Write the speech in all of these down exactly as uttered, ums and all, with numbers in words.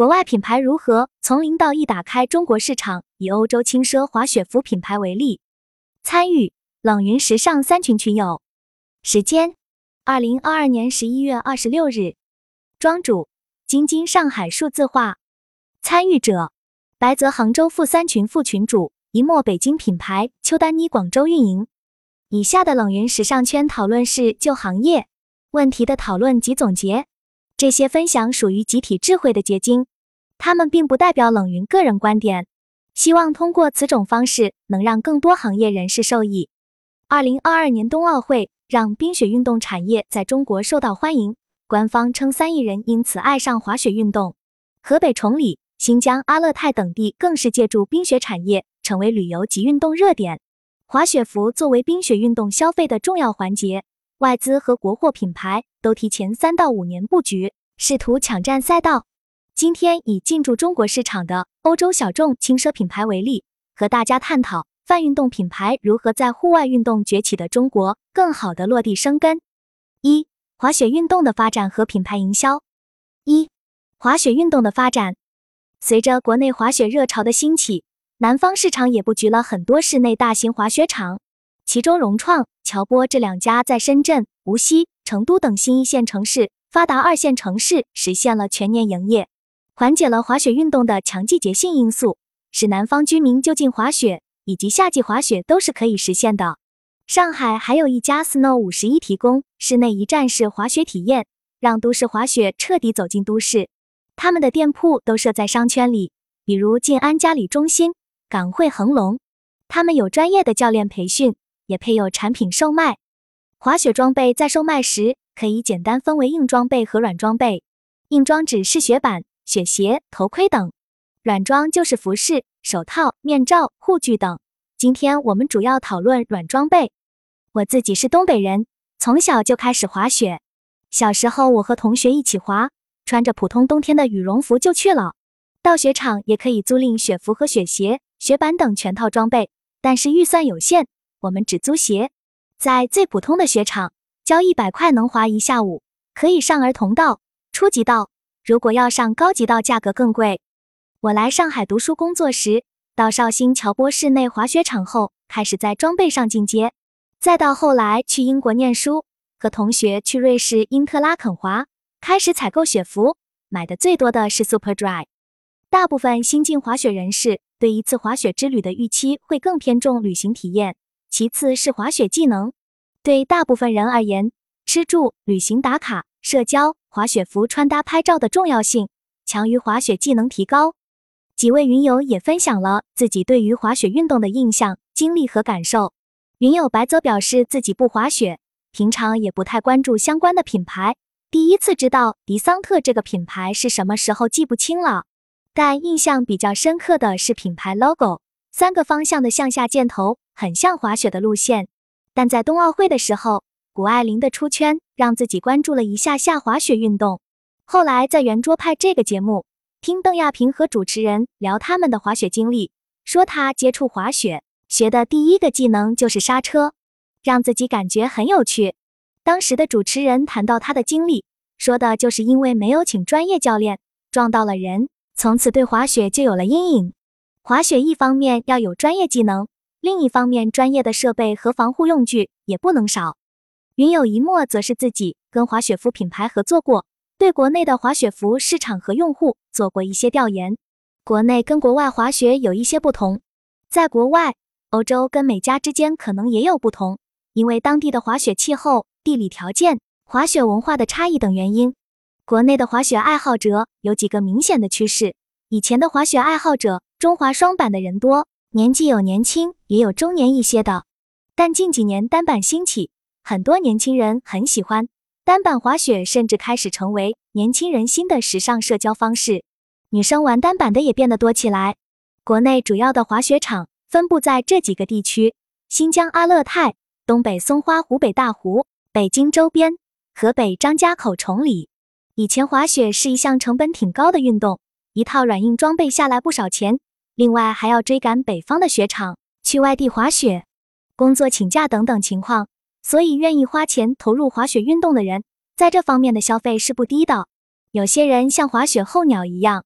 国外品牌如何从零到一打开中国市场？以欧洲轻奢滑雪服品牌为例，参与冷云时尚三群群友。时间：二零二二年十一月二十六日。庄主：京津上海数字化。参与者：白泽杭州副三群副群主，一墨北京品牌，邱丹妮广州运营。以下的冷云时尚圈讨论是就行业问题的讨论及总结，这些分享属于集体智慧的结晶，它们并不代表冷云个人观点，希望通过此种方式能让更多行业人士受益。二零二二年冬奥会让冰雪运动产业在中国受到欢迎，官方称三亿人因此爱上滑雪运动。河北崇礼、新疆阿勒泰等地更是借助冰雪产业成为旅游及运动热点。滑雪服作为冰雪运动消费的重要环节，外资和国货品牌都提前三到五年布局，试图抢占赛道。今天以进驻中国市场的欧洲小众轻奢品牌为例，和大家探讨泛运动品牌如何在户外运动崛起的中国更好地落地生根。一、滑雪运动的发展和品牌营销。一、滑雪运动的发展。随着国内滑雪热潮的兴起，南方市场也布局了很多室内大型滑雪场，其中融创、乔波这两家在深圳、无锡、成都等新一线城市、发达二线城市实现了全年营业，缓解了滑雪运动的强季节性因素，使南方居民就近滑雪以及夏季滑雪都是可以实现的。上海还有一家 Snow 五十一提供室内一站式滑雪体验，让都市滑雪彻底走进都市。他们的店铺都设在商圈里，比如静安嘉里中心、港汇恒隆。他们有专业的教练培训，也配有产品售卖。滑雪装备在售卖时可以简单分为硬装备和软装备。硬装指是雪板、雪鞋、头盔等，软装就是服饰、手套、面罩、护具等。今天我们主要讨论软装备。我自己是东北人，从小就开始滑雪。小时候我和同学一起滑，穿着普通冬天的羽绒服就去了。到雪场也可以租赁雪服和雪鞋、雪板等全套装备，但是预算有限，我们只租鞋。在最普通的雪场，交一百块能滑一下午，可以上儿童道、初级道，如果要上高级道价格更贵。我来上海读书工作时，到绍兴乔波室内滑雪场后，开始在装备上进阶，再到后来去英国念书，和同学去瑞士因特拉肯滑，开始采购雪服，买的最多的是 Superdry。大部分新晋滑雪人士对一次滑雪之旅的预期会更偏重旅行体验，其次是滑雪技能。对大部分人而言，吃住、旅行打卡、社交、滑雪服穿搭拍照的重要性强于滑雪技能提高。几位云友也分享了自己对于滑雪运动的印象、经历和感受。云友白则表示自己不滑雪，平常也不太关注相关的品牌，第一次知道迪桑特这个品牌是什么时候记不清了，但印象比较深刻的是品牌 logo， 三个方向的向下箭头，很像滑雪的路线。但在冬奥会的时候，谷爱凌的出圈让自己关注了一下下滑雪运动。后来在圆桌派这个节目，听邓亚萍和主持人聊他们的滑雪经历，说他接触滑雪学的第一个技能就是刹车，让自己感觉很有趣。当时的主持人谈到他的经历，说的就是因为没有请专业教练，撞到了人，从此对滑雪就有了阴影。滑雪一方面要有专业技能，另一方面专业的设备和防护用具也不能少。云友一墨则是自己跟滑雪服品牌合作过，对国内的滑雪服市场和用户做过一些调研。国内跟国外滑雪有一些不同，在国外，欧洲跟美加之间可能也有不同，因为当地的滑雪气候、地理条件、滑雪文化的差异等原因。国内的滑雪爱好者有几个明显的趋势，以前的滑雪爱好者中滑双板的人多，年纪有年轻也有中年一些的，但近几年单板兴起，很多年轻人很喜欢单板滑雪，甚至开始成为年轻人新的时尚社交方式。女生玩单板的也变得多起来。国内主要的滑雪场分布在这几个地区：新疆阿勒泰、东北松花湖北大湖、北京周边、河北张家口崇礼。以前滑雪是一项成本挺高的运动，一套软硬装备下来不少钱，另外还要追赶北方的雪场，去外地滑雪，工作请假等等情况，所以愿意花钱投入滑雪运动的人，在这方面的消费是不低的。有些人像滑雪候鸟一样，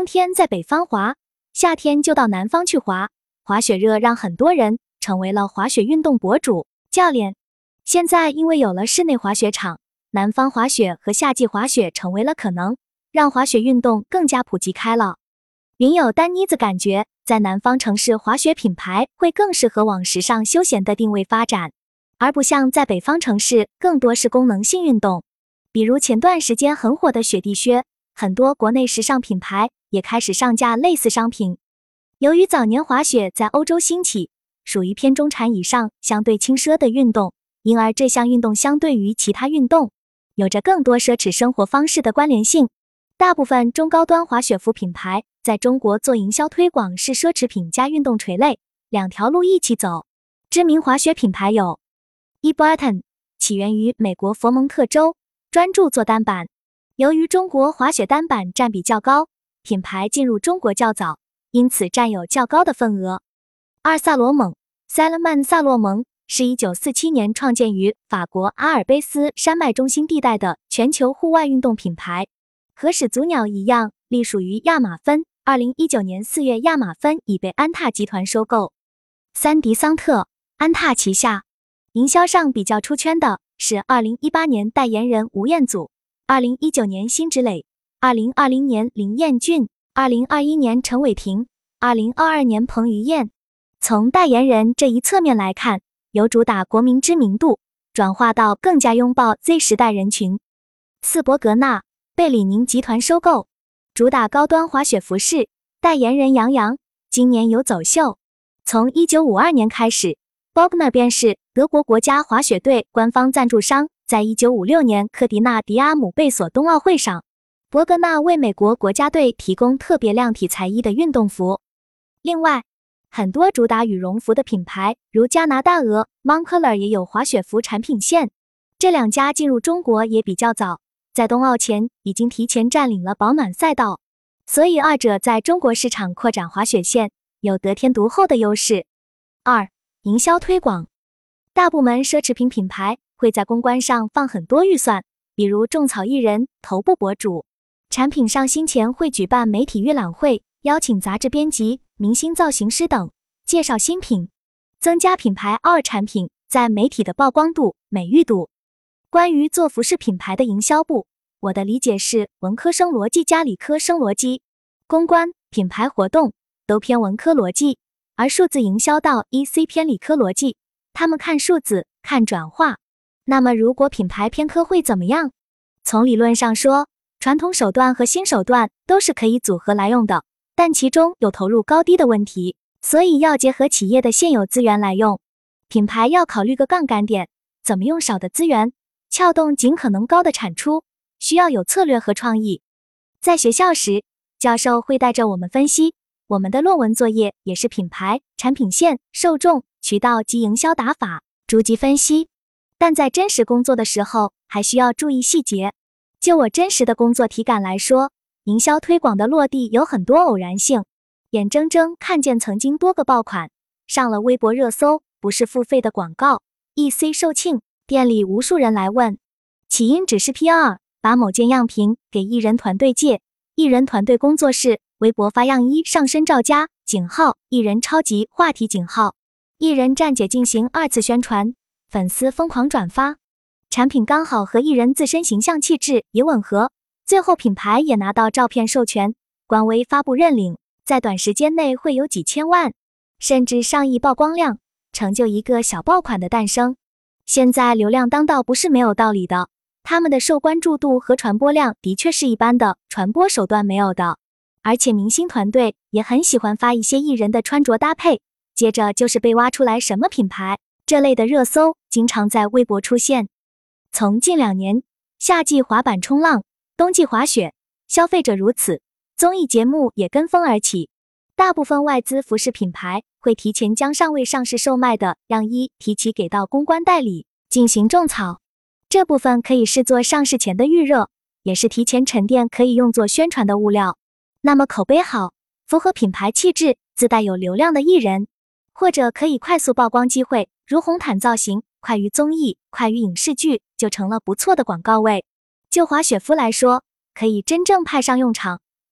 冬天在北方滑，夏天就到南方去滑。滑雪热让很多人成为了滑雪运动博主、教练。现在因为有了室内滑雪场，南方滑雪和夏季滑雪成为了可能，让滑雪运动更加普及开了。云友丹妮子感觉，在南方城市滑雪品牌会更适合往时尚休闲的定位发展，而不像在北方城市更多是功能性运动。比如前段时间很火的雪地靴，很多国内时尚品牌也开始上架类似商品。由于早年滑雪在欧洲兴起，属于偏中产以上相对轻奢的运动，因而这项运动相对于其他运动有着更多奢侈生活方式的关联性。大部分中高端滑雪服品牌在中国做营销推广是奢侈品加运动垂类，两条路一起走。知名滑雪品牌有 E. Burton， 起源于美国佛蒙特州，专注做单板。由于中国滑雪单板占比较高，品牌进入中国较早，因此占有较高的份额。二萨罗蒙 Salomon 萨洛蒙是一九四七年创建于法国阿尔卑斯山脉中心地带的全球户外运动品牌，和始祖鸟一样隶属于亚马芬。二零一九年四月，亚马芬已被安踏集团收购。三迪桑特，安踏旗下。营销上比较出圈的是二零一八年代言人吴彦祖，二零一九年辛芷蕾，二零二零年林彦俊，二零二一年陈伟霆，二零二二年彭于晏。从代言人这一侧面来看，由主打国民知名度，转化到更加拥抱 Z 时代人群。四伯格纳，被李宁集团收购，主打高端滑雪服饰，代言人杨洋，今年有走秀。从一九五二年开始， Bogner 便是德国国家滑雪队官方赞助商，在一九五六年科迪纳迪阿姆贝索冬奥会上，伯格纳为美国国家队提供特别量体裁衣的运动服。另外，很多主打羽绒服的品牌，如加拿大鹅 Moncler 也有滑雪服产品线。这两家进入中国也比较早，在冬奥前已经提前占领了保暖赛道，所以二者在中国市场扩展滑雪线有得天独厚的优势。二、营销推广。大部门奢侈品品牌会在公关上放很多预算，比如种草艺人、头部博主。产品上新前会举办媒体预览会，邀请杂志编辑、明星造型师等介绍新品，增加品牌二产品在媒体的曝光度、美誉度。关于做服饰品牌的营销部，我的理解是文科生逻辑加理科生逻辑，公关、品牌活动都偏文科逻辑，而数字营销到 E C 偏理科逻辑，他们看数字，看转化。那么如果品牌偏科会怎么样？从理论上说，传统手段和新手段都是可以组合来用的，但其中有投入高低的问题，所以要结合企业的现有资源来用。品牌要考虑个杠杆点，怎么用少的资源撬动尽可能高的产出，需要有策略和创意。在学校时，教授会带着我们分析，我们的论文作业也是品牌、产品线、受众、渠道及营销打法逐级分析。但在真实工作的时候，还需要注意细节。就我真实的工作体感来说，营销推广的落地有很多偶然性，眼睁睁看见曾经多个爆款上了微博热搜，不是付费的广告。E C 售罄，店里无数人来问，起因只是 P R， 把某件样品给艺人团队借，艺人团队工作室微博发样衣上身照加井号艺人超级话题井号，艺人站姐进行二次宣传，粉丝疯狂转发，产品刚好和艺人自身形象气质也吻合，最后品牌也拿到照片授权，官微发布认领，在短时间内会有几千万甚至上亿曝光量，成就一个小爆款的诞生。现在流量当道不是没有道理的，他们的受关注度和传播量的确是一般的传播手段没有的，而且明星团队也很喜欢发一些艺人的穿着搭配，接着就是被挖出来什么品牌，这类的热搜经常在微博出现。从近两年夏季滑板冲浪、冬季滑雪，消费者如此，综艺节目也跟风而起，大部分外资服饰品牌会提前将尚未上市售卖的样衣提起给到公关代理进行种草，这部分可以视作上市前的预热，也是提前沉淀可以用作宣传的物料。那么口碑好、符合品牌气质、自带有流量的艺人，或者可以快速曝光机会，如红毯造型，快于综艺，快于影视剧，就成了不错的广告位。就滑雪服来说，可以真正派上用场，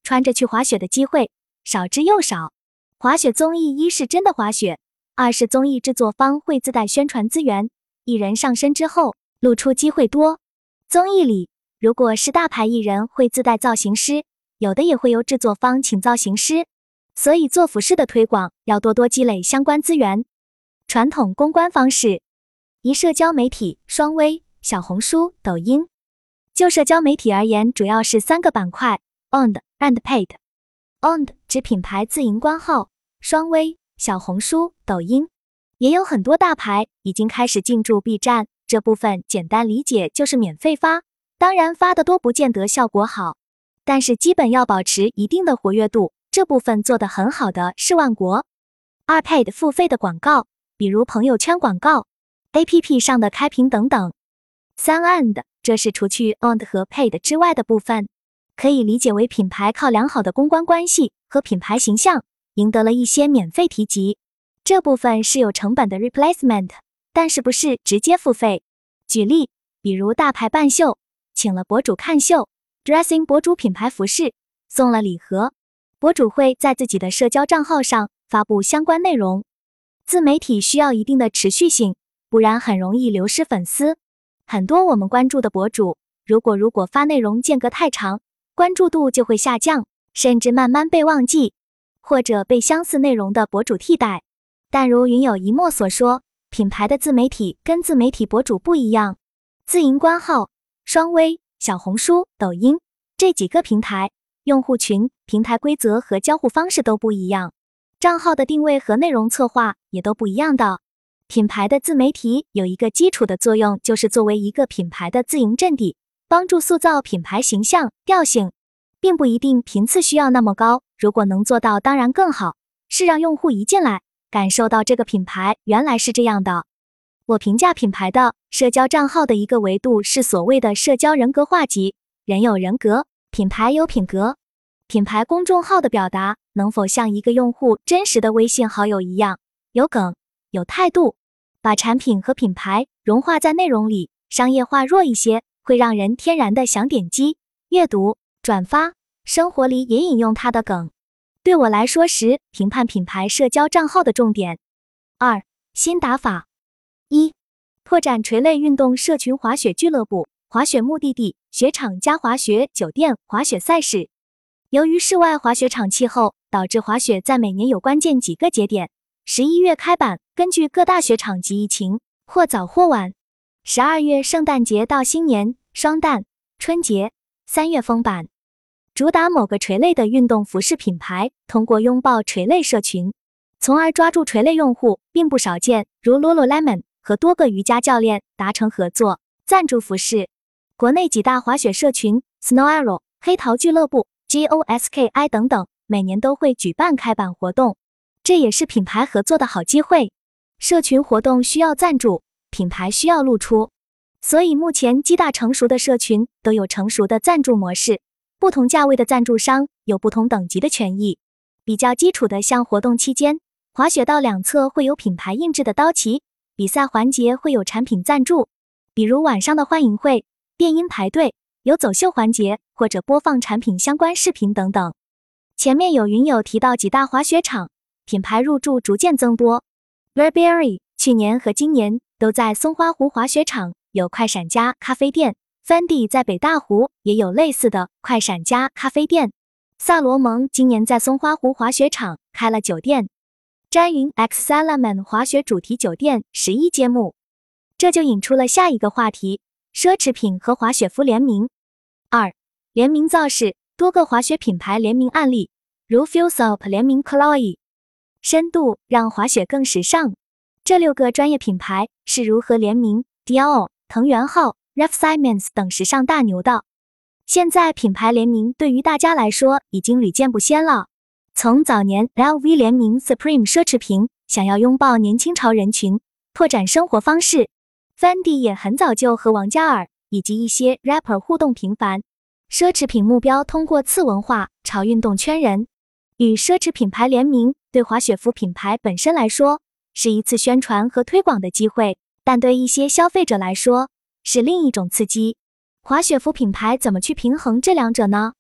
穿着去滑雪的机会少之又少。滑雪综艺一是真的滑雪，二是综艺制作方会自带宣传资源，艺人上身之后露出机会多。综艺里如果是大牌艺人会自带造型师，有的也会由制作方请造型师，所以做服饰的推广要多多积累相关资源。传统公关方式，一社交媒体，双微、小红书、抖音。就社交媒体而言，主要是三个板块 ：Owned and Paid。Owned 指品牌自营官号，双微、小红书、抖音。也有很多大牌已经开始进驻 B 站，这部分简单理解就是免费发，当然发得多不见得效果好，但是基本要保持一定的活跃度，这部分做得很好的是万国。二 Paid 付费的广告，比如朋友圈广告、A P P 上的开屏等等。三 And 这是除去 Owned 和 Paid 之外的部分，可以理解为品牌靠良好的公关关系和品牌形象赢得了一些免费提及，这部分是有成本的 replacement， 但是不是直接付费。举例，比如大牌办秀，请了博主看秀 ，dressing 博主品牌服饰，送了礼盒，博主会在自己的社交账号上发布相关内容。自媒体需要一定的持续性，不然很容易流失粉丝。很多我们关注的博主，如果如果发内容间隔太长，关注度就会下降，甚至慢慢被忘记，或者被相似内容的博主替代。但如云友一墨所说，品牌的自媒体跟自媒体博主不一样，自营官号、双微、小红书、抖音这几个平台，用户群、平台规则和交互方式都不一样，账号的定位和内容策划也都不一样的。品牌的自媒体有一个基础的作用，就是作为一个品牌的自营阵地，帮助塑造品牌形象、调性，并不一定频次需要那么高，如果能做到当然更好，是让用户一进来感受到这个品牌原来是这样的。我评价品牌的社交账号的一个维度是所谓的社交人格化级，人有人格，品牌有品格。品牌公众号的表达能否像一个用户真实的微信好友一样，有梗、有态度，把产品和品牌融化在内容里，商业化弱一些，会让人天然的想点击、阅读、转发，生活里也引用它的梗。对我来说是评判品牌社交账号的重点。二、新打法。一、拓展垂类运动社群滑雪俱乐部、滑雪目的地、雪场加滑雪酒店、滑雪赛事。由于室外滑雪场气候，导致滑雪在每年有关键几个节点，十一月开板，根据各大雪场及疫情，或早或晚。十二月圣诞节到新年、双旦、春节，三月封板。主打某个垂类的运动服饰品牌，通过拥抱垂类社群，从而抓住垂类用户，并不少见，如 Lululemon 和多个瑜伽教练达成合作，赞助服饰。国内几大滑雪社群 Snow Arrow、黑桃俱乐部、G O S K I 等等，每年都会举办开板活动，这也是品牌合作的好机会。社群活动需要赞助，品牌需要露出，所以目前几大成熟的社群都有成熟的赞助模式，不同价位的赞助商有不同等级的权益。比较基础的，像活动期间，滑雪道两侧会有品牌印制的刀旗，比赛环节会有产品赞助，比如晚上的欢迎会、电音排队，有走秀环节或者播放产品相关视频等等。前面有云友提到几大滑雪场，品牌入驻逐渐增多。Burberry 去年和今年都在松花湖滑雪场有快闪家咖啡店， Fendi 在北大湖也有类似的快闪家咖啡店，萨罗蒙今年在松花湖滑雪场开了酒店，詹云 X Salomon 滑雪主题酒店十一揭幕。这就引出了下一个话题，奢侈品和滑雪服联名。二、联名造势，多个滑雪品牌联名案例，如 Fuelsoap 联名 Chloe， 深度让滑雪更时尚。这六个专业品牌是如何联名 Dior、藤原浩、Raf Simons 等时尚大牛的。现在品牌联名对于大家来说已经屡见不鲜了。从早年 L V 联名 Supreme 奢侈品，想要拥抱年轻潮人群，拓展生活方式。Fendi 也很早就和王嘉尔以及一些 rapper 互动频繁。奢侈品目标通过次文化朝运动圈人。与奢侈品牌联名，对滑雪服品牌本身来说是一次宣传和推广的机会，但对一些消费者来说是另一种刺激。滑雪服品牌怎么去平衡这两者呢？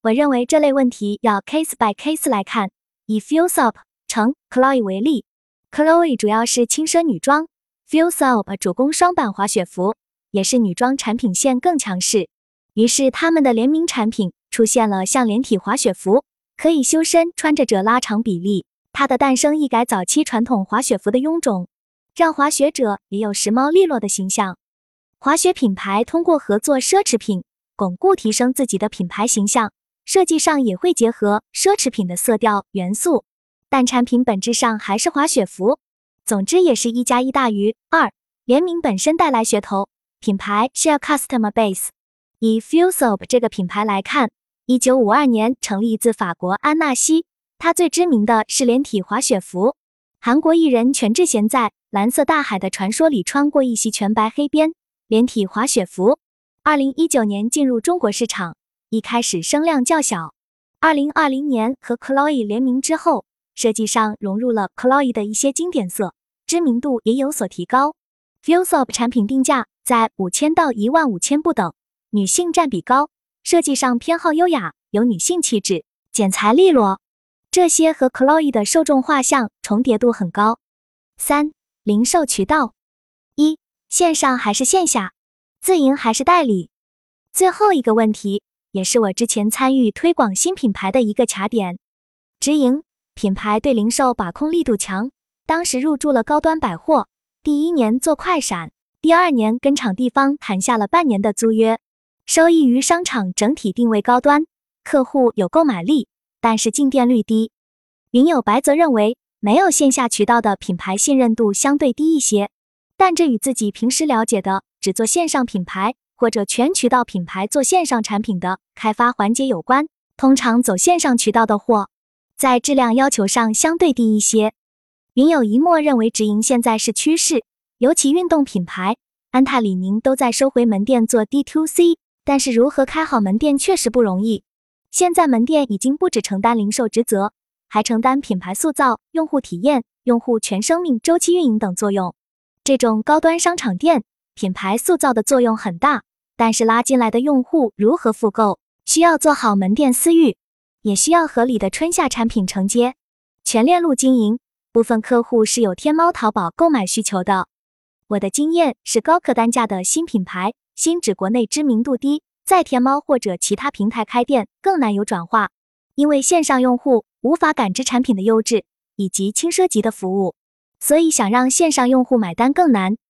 我认为这类问题要 case by case 来看。以 FuelSoap 乘 Chloe 为例 ，Chloe 主要是轻奢女装 ，FuelSoap 主攻双板滑雪服，也是女装产品线更强势。于是他们的联名产品出现了像连体滑雪服，可以修身，穿着者拉长比例。它的诞生一改早期传统滑雪服的臃肿，让滑雪者也有时髦利落的形象。滑雪品牌通过合作奢侈品，巩固提升自己的品牌形象，设计上也会结合奢侈品的色调元素，但产品本质上还是滑雪服。总之也是一加一大于二，联名本身带来噱头，品牌需要 customer base。以 FuelSoap 这个品牌来看，一九五二年成立自法国安纳西，它最知名的是连体滑雪服。韩国艺人全智贤在《蓝色大海的传说》里穿过一袭全白黑边连体滑雪服。二零一九年进入中国市场，一开始声量较小。二零二零年和 Chloe 联名之后，设计上融入了 Chloe 的一些经典色，知名度也有所提高。FuelSoap 产品定价在五千到一万五千不等，女性占比高，设计上偏好优雅，有女性气质，剪裁利落，这些和 Chloe 的受众画像重叠度很高。三、零售渠道。一、线上还是线下？自营还是代理？最后一个问题，也是我之前参与推广新品牌的一个卡点。直营品牌对零售把控力度强，当时入驻了高端百货，第一年做快闪，第二年跟场地方谈下了半年的租约，收益于商场整体定位高端，客户有购买力，但是进店率低。云友白则认为，没有线下渠道的品牌信任度相对低一些，但这与自己平时了解的只做线上品牌或者全渠道品牌做线上产品的开发环节有关。通常走线上渠道的货，在质量要求上相对低一些。云友一墨认为直营现在是趋势，尤其运动品牌安踏、李宁都在收回门店做 D to C， 但是如何开好门店确实不容易。现在门店已经不只承担零售职责，还承担品牌塑造、用户体验、用户全生命周期运营等作用。这种高端商场店，品牌塑造的作用很大，但是拉进来的用户如何复购，需要做好门店私域，也需要合理的春夏产品承接。全链路经营，部分客户是有天猫淘宝购买需求的。我的经验是，高客单价的新品牌，新指国内知名度低，在天猫或者其他平台开店更难有转化，因为线上用户无法感知产品的优质以及轻奢级的服务，所以想让线上用户买单更难。